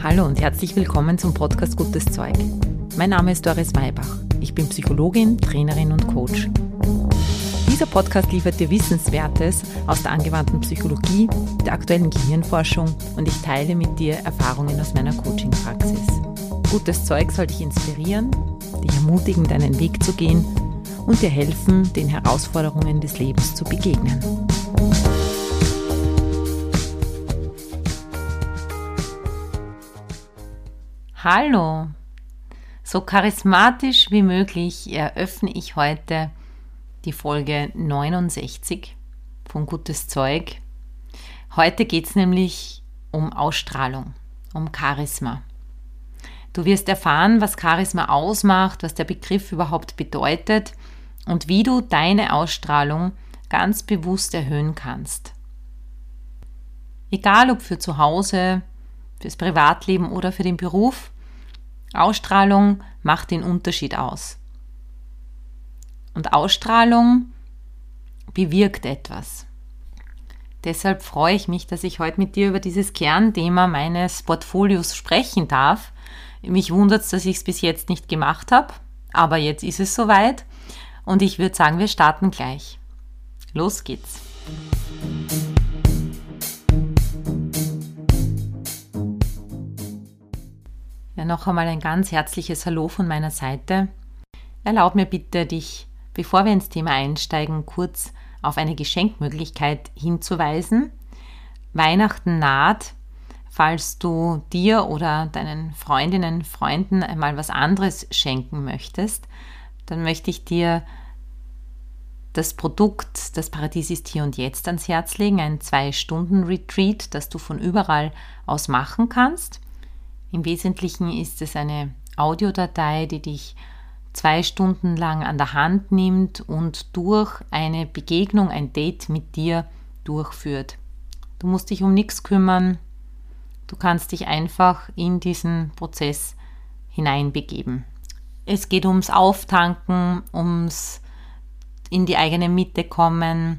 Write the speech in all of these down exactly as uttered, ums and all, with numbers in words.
Hallo und herzlich willkommen zum Podcast Gutes Zeug. Mein Name ist Doris Maybach. Ich bin Psychologin, Trainerin und Coach. Dieser Podcast liefert dir Wissenswertes aus der angewandten Psychologie, der aktuellen Gehirnforschung und ich teile mit dir Erfahrungen aus meiner Coaching-Praxis. Gutes Zeug soll dich inspirieren, dich ermutigen, deinen Weg zu gehen und dir helfen, den Herausforderungen des Lebens zu begegnen. Hallo! So charismatisch wie möglich eröffne ich heute die Folge neunundsechzig von Gutes Zeug. Heute geht es nämlich um Ausstrahlung, um Charisma. Du wirst erfahren, was Charisma ausmacht, was der Begriff überhaupt bedeutet und wie du deine Ausstrahlung ganz bewusst erhöhen kannst. Egal ob für zu Hause, fürs Privatleben oder für den Beruf, Ausstrahlung macht den Unterschied aus. Und Ausstrahlung bewirkt etwas. Deshalb freue ich mich, dass ich heute mit dir über dieses Kernthema meines Portfolios sprechen darf. Mich wundert es, dass ich es bis jetzt nicht gemacht habe, aber jetzt ist es soweit und ich würde sagen, wir starten gleich. Los geht's! Ja, noch einmal ein ganz herzliches Hallo von meiner Seite. Erlaub mir bitte, dich, bevor wir ins Thema einsteigen, kurz auf eine Geschenkmöglichkeit hinzuweisen. Weihnachten naht. Falls du dir oder deinen Freundinnen, Freunden einmal was anderes schenken möchtest, dann möchte ich dir das Produkt Das Paradies ist hier und jetzt ans Herz legen, ein zwei Stunden Retreat, das du von überall aus machen kannst. Im Wesentlichen ist es eine Audiodatei, die dich zwei Stunden lang an der Hand nimmt und durch eine Begegnung, ein Date mit dir durchführt. Du musst dich um nichts kümmern, du kannst dich einfach in diesen Prozess hineinbegeben. Es geht ums Auftanken, ums in die eigene Mitte kommen,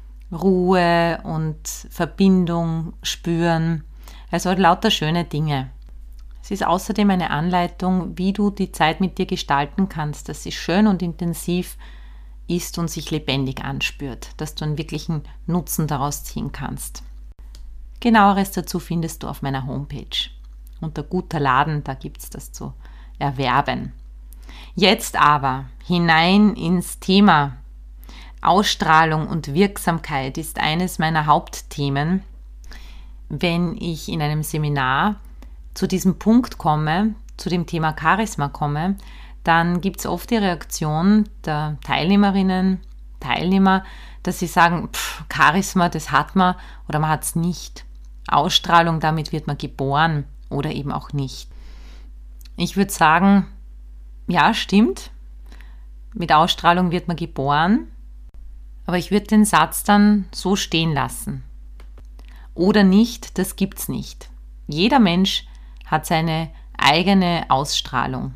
Ruhe und Verbindung spüren, also lauter schöne Dinge. Es ist außerdem eine Anleitung, wie du die Zeit mit dir gestalten kannst, dass sie schön und intensiv ist und sich lebendig anspürt, dass du einen wirklichen Nutzen daraus ziehen kannst. Genaueres dazu findest du auf meiner Homepage. Unter Guter Laden, da gibt es das zu erwerben. Jetzt aber hinein ins Thema. Ausstrahlung und Wirksamkeit ist eines meiner Hauptthemen, wenn ich in einem Seminar zu diesem Punkt komme, zu dem Thema Charisma komme, dann gibt es oft die Reaktion der Teilnehmerinnen, Teilnehmer, dass sie sagen, pff, Charisma, das hat man oder man hat es nicht. Ausstrahlung, damit wird man geboren oder eben auch nicht. Ich würde sagen, ja, stimmt, mit Ausstrahlung wird man geboren, aber ich würde den Satz dann so stehen lassen. Oder nicht, das gibt's nicht. Jeder Mensch hat seine eigene Ausstrahlung.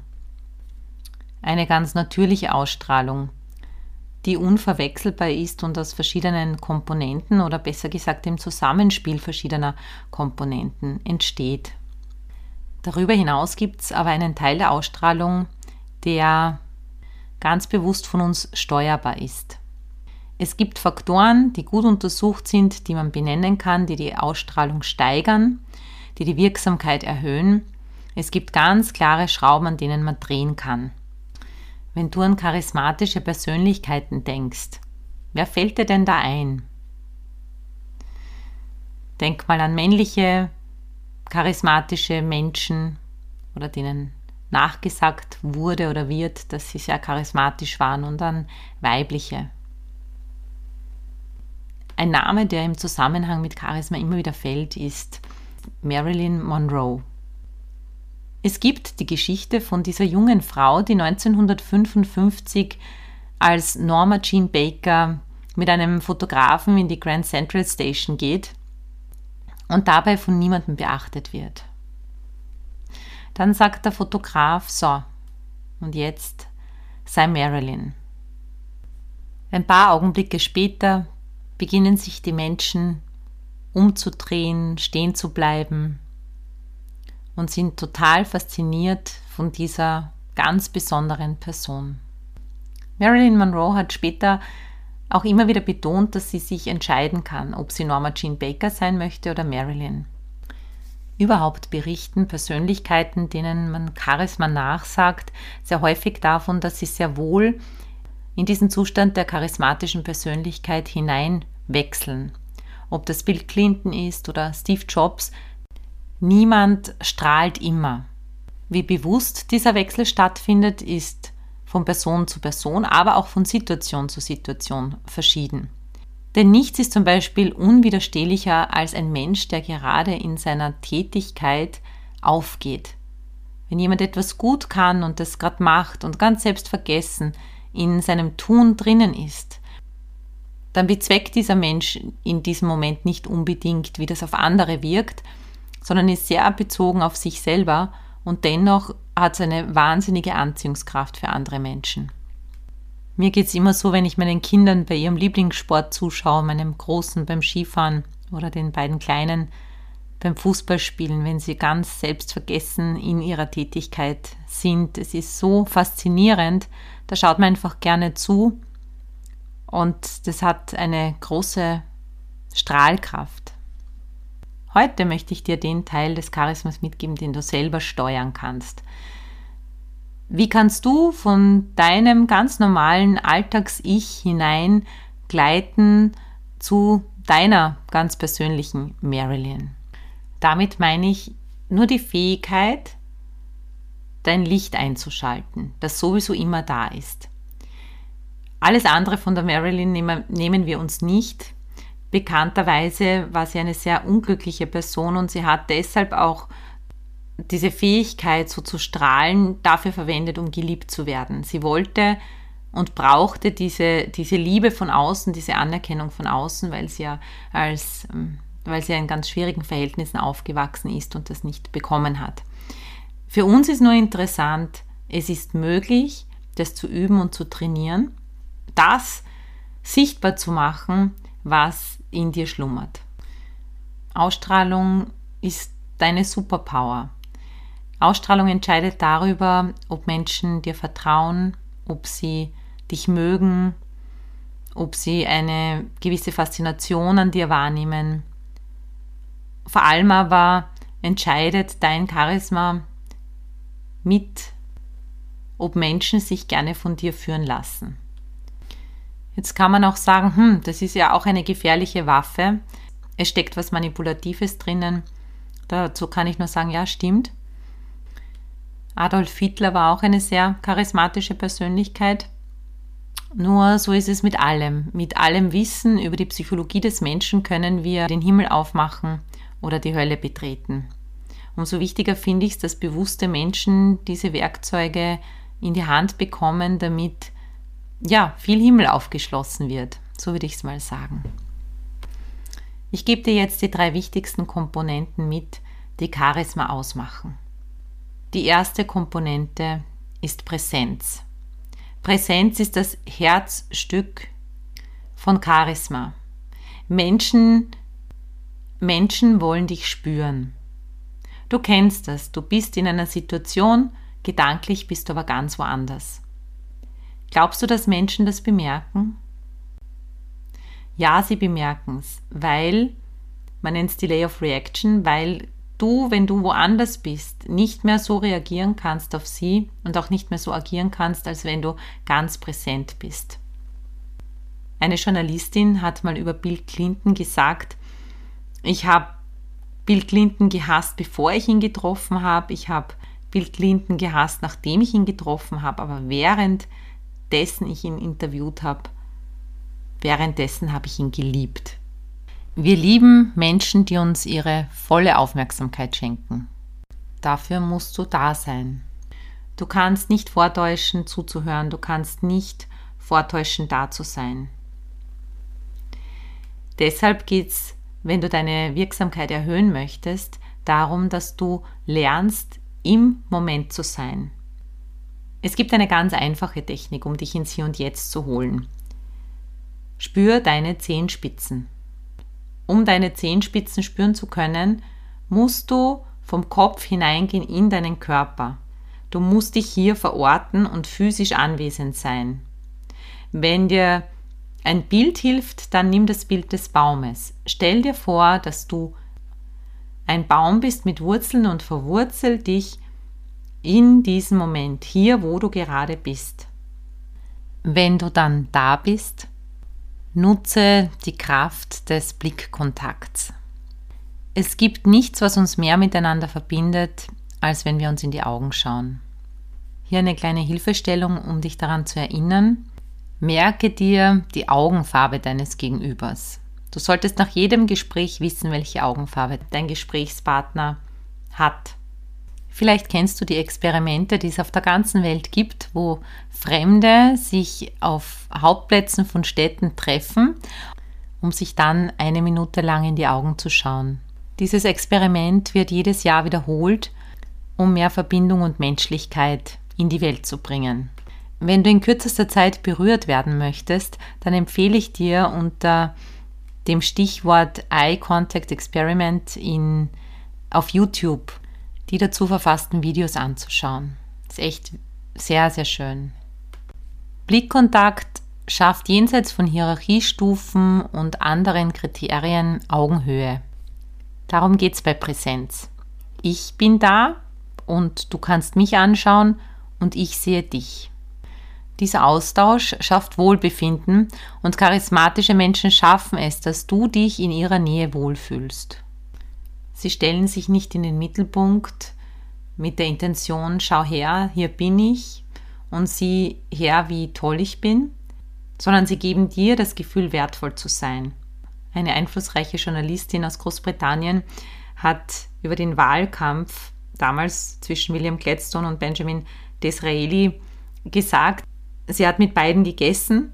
Eine ganz natürliche Ausstrahlung, die unverwechselbar ist und aus verschiedenen Komponenten oder besser gesagt im Zusammenspiel verschiedener Komponenten entsteht. Darüber hinaus gibt es aber einen Teil der Ausstrahlung, der ganz bewusst von uns steuerbar ist. Es gibt Faktoren, die gut untersucht sind, die man benennen kann, die die Ausstrahlung steigern, die die Wirksamkeit erhöhen. Es gibt ganz klare Schrauben, an denen man drehen kann. Wenn du an charismatische Persönlichkeiten denkst, wer fällt dir denn da ein? Denk mal an männliche, charismatische Menschen oder denen nachgesagt wurde oder wird, dass sie sehr charismatisch waren und an weibliche. Ein Name, der im Zusammenhang mit Charisma immer wieder fällt, ist Marilyn Monroe. Es gibt die Geschichte von dieser jungen Frau, die neunzehnhundertfünfundfünfzig als Norma Jean Baker mit einem Fotografen in die Grand Central Station geht und dabei von niemandem beachtet wird. Dann sagt der Fotograf, so, und jetzt sei Marilyn. Ein paar Augenblicke später beginnen sich die Menschen umzudrehen, stehen zu bleiben und sind total fasziniert von dieser ganz besonderen Person. Marilyn Monroe hat später auch immer wieder betont, dass sie sich entscheiden kann, ob sie Norma Jean Baker sein möchte oder Marilyn. Überhaupt berichten Persönlichkeiten, denen man Charisma nachsagt, sehr häufig davon, dass sie sehr wohl in diesen Zustand der charismatischen Persönlichkeit hineinwechseln. Ob das Bill Clinton ist oder Steve Jobs, niemand strahlt immer. Wie bewusst dieser Wechsel stattfindet, ist von Person zu Person, aber auch von Situation zu Situation verschieden. Denn nichts ist zum Beispiel unwiderstehlicher als ein Mensch, der gerade in seiner Tätigkeit aufgeht. Wenn jemand etwas gut kann und das gerade macht und ganz selbstvergessen in seinem Tun drinnen ist, dann bezweckt dieser Mensch in diesem Moment nicht unbedingt, wie das auf andere wirkt, sondern ist sehr bezogen auf sich selber und dennoch hat es eine wahnsinnige Anziehungskraft für andere Menschen. Mir geht es immer so, wenn ich meinen Kindern bei ihrem Lieblingssport zuschaue, meinem Großen beim Skifahren oder den beiden Kleinen beim Fußballspielen, wenn sie ganz selbstvergessen in ihrer Tätigkeit sind. Es ist so faszinierend, da schaut man einfach gerne zu und das hat eine große Strahlkraft. Heute möchte ich dir den Teil des Charismas mitgeben, den du selber steuern kannst. Wie kannst du von deinem ganz normalen Alltags-Ich hinein gleiten zu deiner ganz persönlichen Marilyn? Damit meine ich nur die Fähigkeit, dein Licht einzuschalten, das sowieso immer da ist. Alles andere von der Marilyn nehmen wir uns nicht. Bekannterweise war sie eine sehr unglückliche Person und sie hat deshalb auch diese Fähigkeit, so zu strahlen, dafür verwendet, um geliebt zu werden. Sie wollte und brauchte diese, diese Liebe von außen, diese Anerkennung von außen, weil sie ja als, weil sie in ganz schwierigen Verhältnissen aufgewachsen ist und das nicht bekommen hat. Für uns ist nur interessant, es ist möglich, das zu üben und zu trainieren, das sichtbar zu machen, was in dir schlummert. Ausstrahlung ist deine Superpower. Ausstrahlung entscheidet darüber, ob Menschen dir vertrauen, ob sie dich mögen, ob sie eine gewisse Faszination an dir wahrnehmen. Vor allem aber entscheidet dein Charisma mit, ob Menschen sich gerne von dir führen lassen. Jetzt kann man auch sagen, hm, das ist ja auch eine gefährliche Waffe. Es steckt was Manipulatives drinnen. Dazu kann ich nur sagen, ja, stimmt. Adolf Hitler war auch eine sehr charismatische Persönlichkeit. Nur so ist es mit allem. Mit allem Wissen über die Psychologie des Menschen können wir den Himmel aufmachen oder die Hölle betreten. Umso wichtiger finde ich es, dass bewusste Menschen diese Werkzeuge in die Hand bekommen, damit ja, viel Himmel aufgeschlossen wird. So würde ich es mal sagen. Ich gebe dir jetzt die drei wichtigsten Komponenten mit, die Charisma ausmachen. Die erste Komponente ist Präsenz. Präsenz ist das Herzstück von Charisma. Menschen, Menschen wollen dich spüren. Du kennst das, du bist in einer Situation, gedanklich bist du aber ganz woanders. Glaubst du, dass Menschen das bemerken? Ja, sie bemerken es, weil, man nennt es Delay of Reaction, weil du, wenn du woanders bist, nicht mehr so reagieren kannst auf sie und auch nicht mehr so agieren kannst, als wenn du ganz präsent bist. Eine Journalistin hat mal über Bill Clinton gesagt, ich habe Bill Clinton gehasst, bevor ich ihn getroffen habe, ich habe Bill Clinton gehasst, nachdem ich ihn getroffen habe, aber währenddessen ich ihn interviewt habe, währenddessen habe ich ihn geliebt. Wir lieben Menschen, die uns ihre volle Aufmerksamkeit schenken. Dafür musst du da sein. Du kannst nicht vortäuschen, zuzuhören. Du kannst nicht vortäuschen, da zu sein. Deshalb geht es, wenn du deine Wirksamkeit erhöhen möchtest, darum, dass du lernst, im Moment zu sein. Es gibt eine ganz einfache Technik, um dich ins Hier und Jetzt zu holen. Spür deine Zehenspitzen. Um deine Zehenspitzen spüren zu können, musst du vom Kopf hineingehen in deinen Körper. Du musst dich hier verorten und physisch anwesend sein. Wenn dir ein Bild hilft, dann nimm das Bild des Baumes. Stell dir vor, dass du ein Baum bist mit Wurzeln und verwurzel dich in diesem Moment, hier wo du gerade bist. Wenn du dann da bist, nutze die Kraft des Blickkontakts. Es gibt nichts, was uns mehr miteinander verbindet, als wenn wir uns in die Augen schauen. Hier eine kleine Hilfestellung, um dich daran zu erinnern. Merke dir die Augenfarbe deines Gegenübers. Du solltest nach jedem Gespräch wissen, welche Augenfarbe dein Gesprächspartner hat. Vielleicht kennst du die Experimente, die es auf der ganzen Welt gibt, wo Fremde sich auf Hauptplätzen von Städten treffen, um sich dann eine Minute lang in die Augen zu schauen. Dieses Experiment wird jedes Jahr wiederholt, um mehr Verbindung und Menschlichkeit in die Welt zu bringen. Wenn du in kürzester Zeit berührt werden möchtest, dann empfehle ich dir unter dem Stichwort Eye Contact Experiment in, auf YouTube die dazu verfassten Videos anzuschauen. Das ist echt sehr, sehr schön. Blickkontakt schafft jenseits von Hierarchiestufen und anderen Kriterien Augenhöhe. Darum geht es bei Präsenz. Ich bin da und du kannst mich anschauen und ich sehe dich. Dieser Austausch schafft Wohlbefinden und charismatische Menschen schaffen es, dass du dich in ihrer Nähe wohlfühlst. Sie stellen sich nicht in den Mittelpunkt mit der Intention, schau her, hier bin ich und sieh her, wie toll ich bin, sondern sie geben dir das Gefühl, wertvoll zu sein. Eine einflussreiche Journalistin aus Großbritannien hat über den Wahlkampf damals zwischen William Gladstone und Benjamin Disraeli gesagt, sie hat mit beiden gegessen.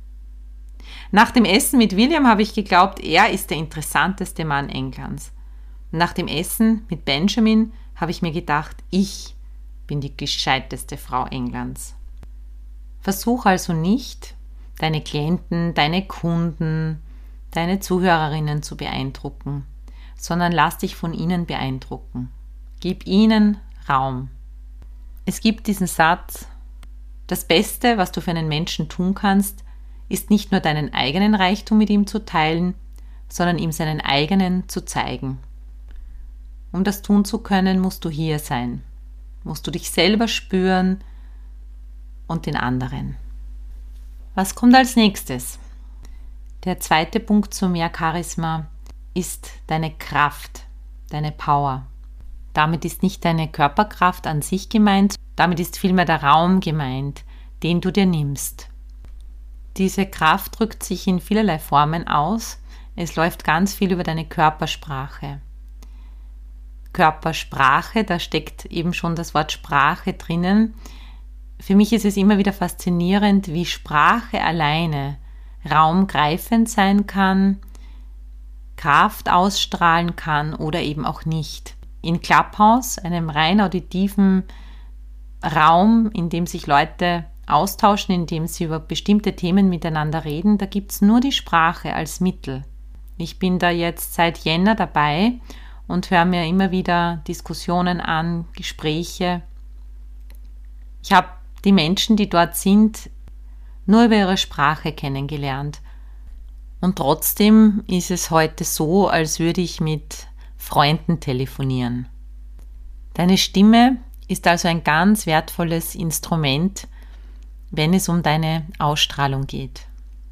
Nach dem Essen mit William habe ich geglaubt, er ist der interessanteste Mann Englands. Nach dem Essen mit Benjamin habe ich mir gedacht, ich bin die gescheiteste Frau Englands. Versuch also nicht, deine Klienten, deine Kunden, deine Zuhörerinnen zu beeindrucken, sondern lass dich von ihnen beeindrucken. Gib ihnen Raum. Es gibt diesen Satz: Das Beste, was du für einen Menschen tun kannst, ist nicht nur deinen eigenen Reichtum mit ihm zu teilen, sondern ihm seinen eigenen zu zeigen. Um das tun zu können, musst du hier sein. Musst du dich selber spüren und den anderen. Was kommt als nächstes? Der zweite Punkt zu mehr Charisma ist deine Kraft, deine Power. Damit ist nicht deine Körperkraft an sich gemeint, damit ist vielmehr der Raum gemeint, den du dir nimmst. Diese Kraft drückt sich in vielerlei Formen aus. Es läuft ganz viel über deine Körpersprache. Körpersprache, da steckt eben schon das Wort Sprache drinnen. Für mich ist es immer wieder faszinierend, wie Sprache alleine raumgreifend sein kann, Kraft ausstrahlen kann oder eben auch nicht. In Clubhouse, einem rein auditiven Raum, in dem sich Leute austauschen, in dem sie über bestimmte Themen miteinander reden, da gibt es nur die Sprache als Mittel. Ich bin da jetzt seit Jänner dabei und höre mir immer wieder Diskussionen an, Gespräche. Ich habe die Menschen, die dort sind, nur über ihre Sprache kennengelernt. Und trotzdem ist es heute so, als würde ich mit Freunden telefonieren. Deine Stimme ist also ein ganz wertvolles Instrument, wenn es um deine Ausstrahlung geht.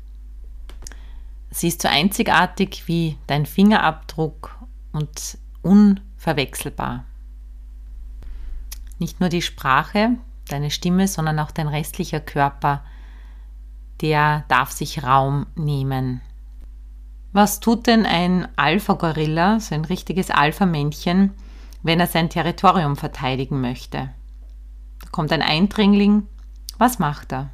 Sie ist so einzigartig wie dein Fingerabdruck und unverwechselbar. Nicht nur die Sprache, deine Stimme, sondern auch dein restlicher Körper, der darf sich Raum nehmen. Was tut denn ein Alpha-Gorilla, so ein richtiges Alpha-Männchen, wenn er sein Territorium verteidigen möchte? Da kommt ein Eindringling, was macht er?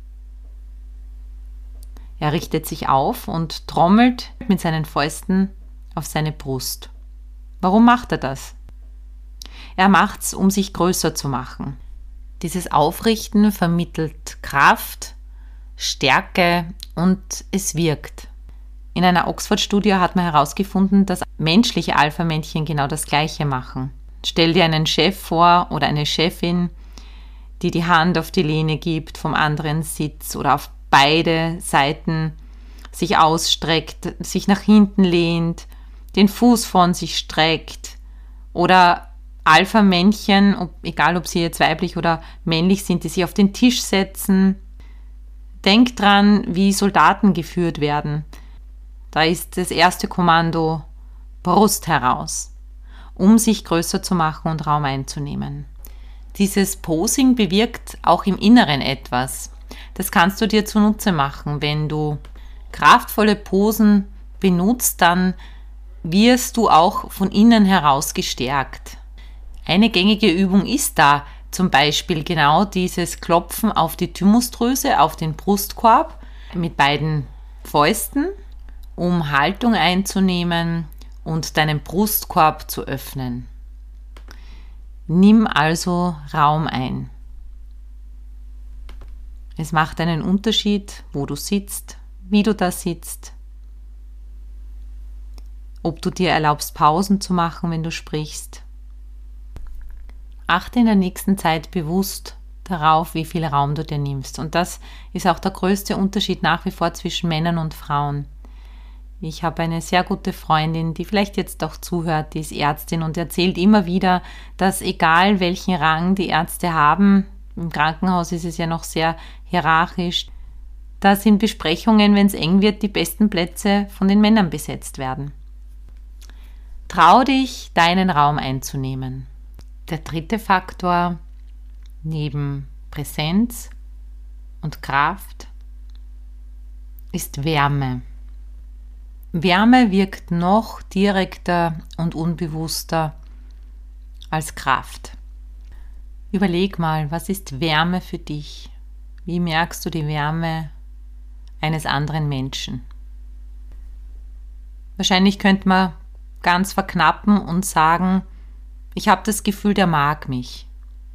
Er richtet sich auf und trommelt mit seinen Fäusten auf seine Brust. Warum macht er das? Er macht's, um sich größer zu machen. Dieses Aufrichten vermittelt Kraft, Stärke und es wirkt. In einer Oxford-Studie hat man herausgefunden, dass menschliche Alpha-Männchen genau das Gleiche machen. Stell dir einen Chef vor oder eine Chefin, die die Hand auf die Lehne gibt vom anderen Sitz oder auf beide Seiten sich ausstreckt, sich nach hinten lehnt, den Fuß von sich streckt oder Alpha-Männchen, ob, egal ob sie jetzt weiblich oder männlich sind, die sich auf den Tisch setzen. Denk dran, wie Soldaten geführt werden. Da ist das erste Kommando Brust heraus, um sich größer zu machen und Raum einzunehmen. Dieses Posing bewirkt auch im Inneren etwas. Das kannst du dir zunutze machen. Wenn du kraftvolle Posen benutzt, dann wirst du auch von innen heraus gestärkt. Eine gängige Übung ist da zum Beispiel genau dieses Klopfen auf die Thymusdrüse, auf den Brustkorb mit beiden Fäusten, um Haltung einzunehmen und deinen Brustkorb zu öffnen. Nimm also Raum ein. Es macht einen Unterschied, wo du sitzt, wie du da sitzt, ob du dir erlaubst, Pausen zu machen, wenn du sprichst. Achte in der nächsten Zeit bewusst darauf, wie viel Raum du dir nimmst. Und das ist auch der größte Unterschied nach wie vor zwischen Männern und Frauen. Ich habe eine sehr gute Freundin, die vielleicht jetzt auch zuhört, die ist Ärztin und erzählt immer wieder, dass egal welchen Rang die Ärzte haben, im Krankenhaus ist es ja noch sehr hierarchisch, dass in Besprechungen, wenn es eng wird, die besten Plätze von den Männern besetzt werden. Trau dich, deinen Raum einzunehmen. Der dritte Faktor neben Präsenz und Kraft ist Wärme. Wärme wirkt noch direkter und unbewusster als Kraft. Überleg mal, was ist Wärme für dich? Wie merkst du die Wärme eines anderen Menschen? Wahrscheinlich könnte man ganz verknappen und sagen, ich habe das Gefühl, der mag mich.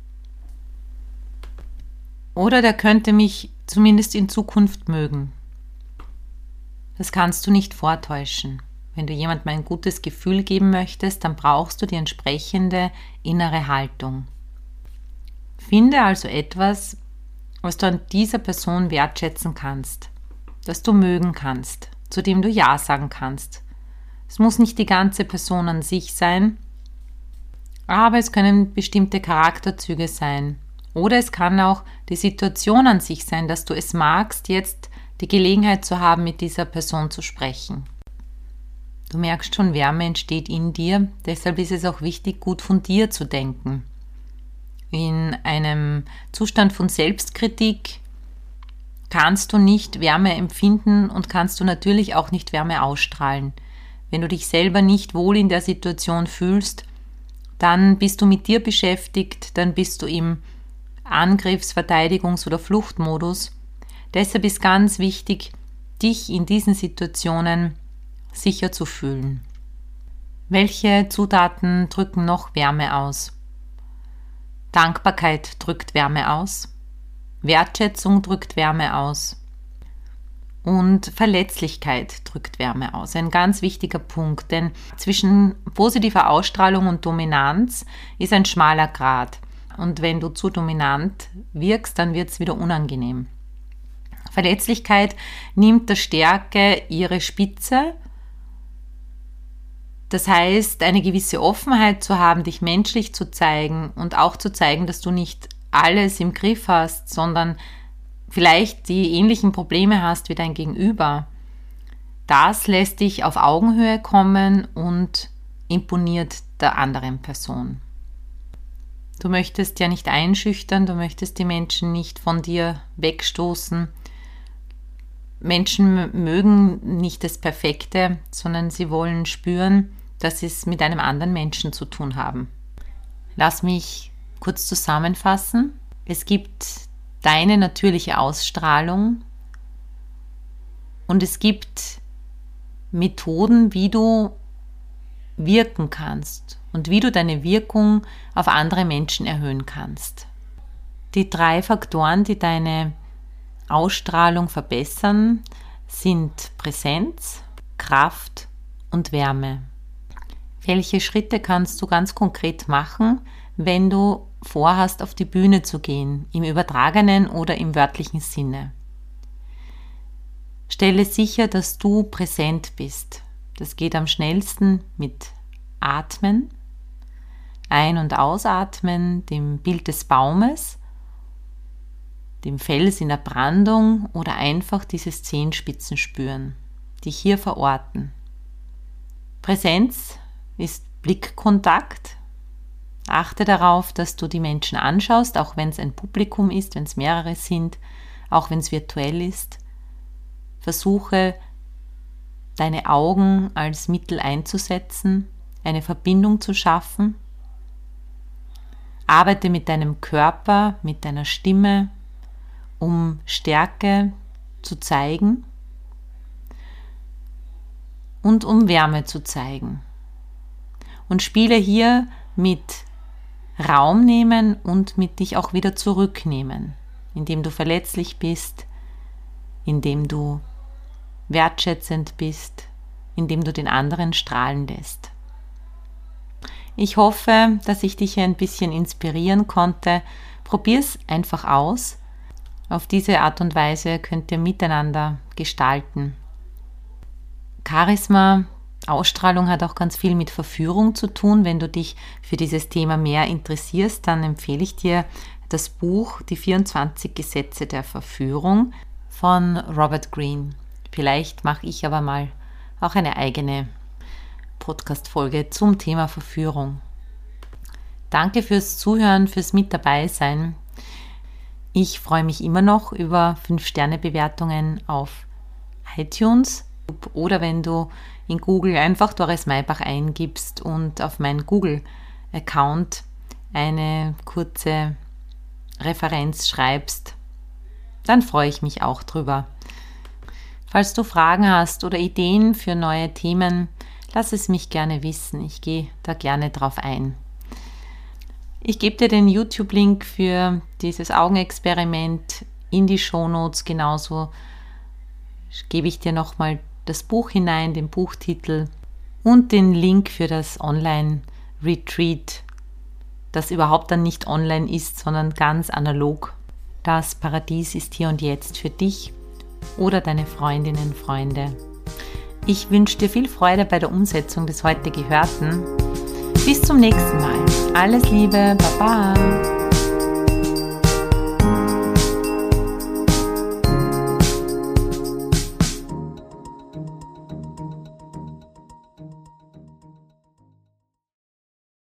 Oder der könnte mich zumindest in Zukunft mögen. Das kannst du nicht vortäuschen. Wenn du jemandem ein gutes Gefühl geben möchtest, dann brauchst du die entsprechende innere Haltung. Finde also etwas, was du an dieser Person wertschätzen kannst, das du mögen kannst, zu dem du Ja sagen kannst. Es muss nicht die ganze Person an sich sein, aber es können bestimmte Charakterzüge sein. Oder es kann auch die Situation an sich sein, dass du es magst, jetzt die Gelegenheit zu haben, mit dieser Person zu sprechen. Du merkst schon, Wärme entsteht in dir, deshalb ist es auch wichtig, gut von dir zu denken. In einem Zustand von Selbstkritik kannst du nicht Wärme empfinden und kannst du natürlich auch nicht Wärme ausstrahlen. Wenn du dich selber nicht wohl in der Situation fühlst, dann bist du mit dir beschäftigt, dann bist du im Angriffs-, Verteidigungs- oder Fluchtmodus. Deshalb ist ganz wichtig, dich in diesen Situationen sicher zu fühlen. Welche Zutaten drücken noch Wärme aus? Dankbarkeit drückt Wärme aus, Wertschätzung drückt Wärme aus und Verletzlichkeit drückt Wärme aus. Ein ganz wichtiger Punkt, denn zwischen positiver Ausstrahlung und Dominanz ist ein schmaler Grat. Und wenn du zu dominant wirkst, dann wird es wieder unangenehm. Verletzlichkeit nimmt der Stärke ihre Spitze. Das heißt, eine gewisse Offenheit zu haben, dich menschlich zu zeigen und auch zu zeigen, dass du nicht alles im Griff hast, sondern vielleicht die ähnlichen Probleme hast wie dein Gegenüber. Das lässt dich auf Augenhöhe kommen und imponiert der anderen Person. Du möchtest ja nicht einschüchtern, du möchtest die Menschen nicht von dir wegstoßen. Menschen mögen nicht das Perfekte, sondern sie wollen spüren, dass sie es mit einem anderen Menschen zu tun haben. Lass mich kurz zusammenfassen. Es gibt deine natürliche Ausstrahlung und es gibt Methoden, wie du wirken kannst und wie du deine Wirkung auf andere Menschen erhöhen kannst. Die drei Faktoren, die deine Ausstrahlung verbessern, sind Präsenz, Kraft und Wärme. Welche Schritte kannst du ganz konkret machen, wenn du vorhast, auf die Bühne zu gehen, im übertragenen oder im wörtlichen Sinne? Stelle sicher, dass du präsent bist. Das geht am schnellsten mit Atmen, Ein- und Ausatmen, dem Bild des Baumes, dem Fels in der Brandung oder einfach diese Zehenspitzen spüren, dich hier verorten. Präsenz ist Blickkontakt. Achte darauf, dass du die Menschen anschaust, auch wenn es ein Publikum ist, wenn es mehrere sind, auch wenn es virtuell ist. Versuche, deine Augen als Mittel einzusetzen, eine Verbindung zu schaffen. Arbeite mit deinem Körper, mit deiner Stimme, um Stärke zu zeigen und um Wärme zu zeigen. Und spiele hier mit Raum nehmen und mit dich auch wieder zurücknehmen, indem du verletzlich bist, indem du wertschätzend bist, indem du den anderen strahlen lässt. Ich hoffe, dass ich dich ein bisschen inspirieren konnte. Probier's einfach aus. Auf diese Art und Weise könnt ihr miteinander gestalten. Charisma, Ausstrahlung hat auch ganz viel mit Verführung zu tun. Wenn du dich für dieses Thema mehr interessierst, dann empfehle ich dir das Buch Die vierundzwanzig Gesetze der Verführung von Robert Greene. Vielleicht mache ich aber mal auch eine eigene Podcast-Folge zum Thema Verführung. Danke fürs Zuhören, fürs Mit dabei sein. Ich freue mich immer noch über fünf Sterne Bewertungen auf iTunes oder wenn du in Google einfach Doris Maybach eingibst und auf meinen Google-Account eine kurze Referenz schreibst, dann freue ich mich auch drüber. Falls du Fragen hast oder Ideen für neue Themen, lass es mich gerne wissen. Ich gehe da gerne drauf ein. Ich gebe dir den YouTube-Link für dieses Augenexperiment in die Shownotes. Genauso gebe ich dir nochmal das Buch hinein, den Buchtitel und den Link für das Online-Retreat, das überhaupt dann nicht online ist, sondern ganz analog. Das Paradies ist hier und jetzt für dich oder deine Freundinnen und Freunde. Ich wünsche dir viel Freude bei der Umsetzung des heute Gehörten. Bis zum nächsten Mal. Alles Liebe, Baba.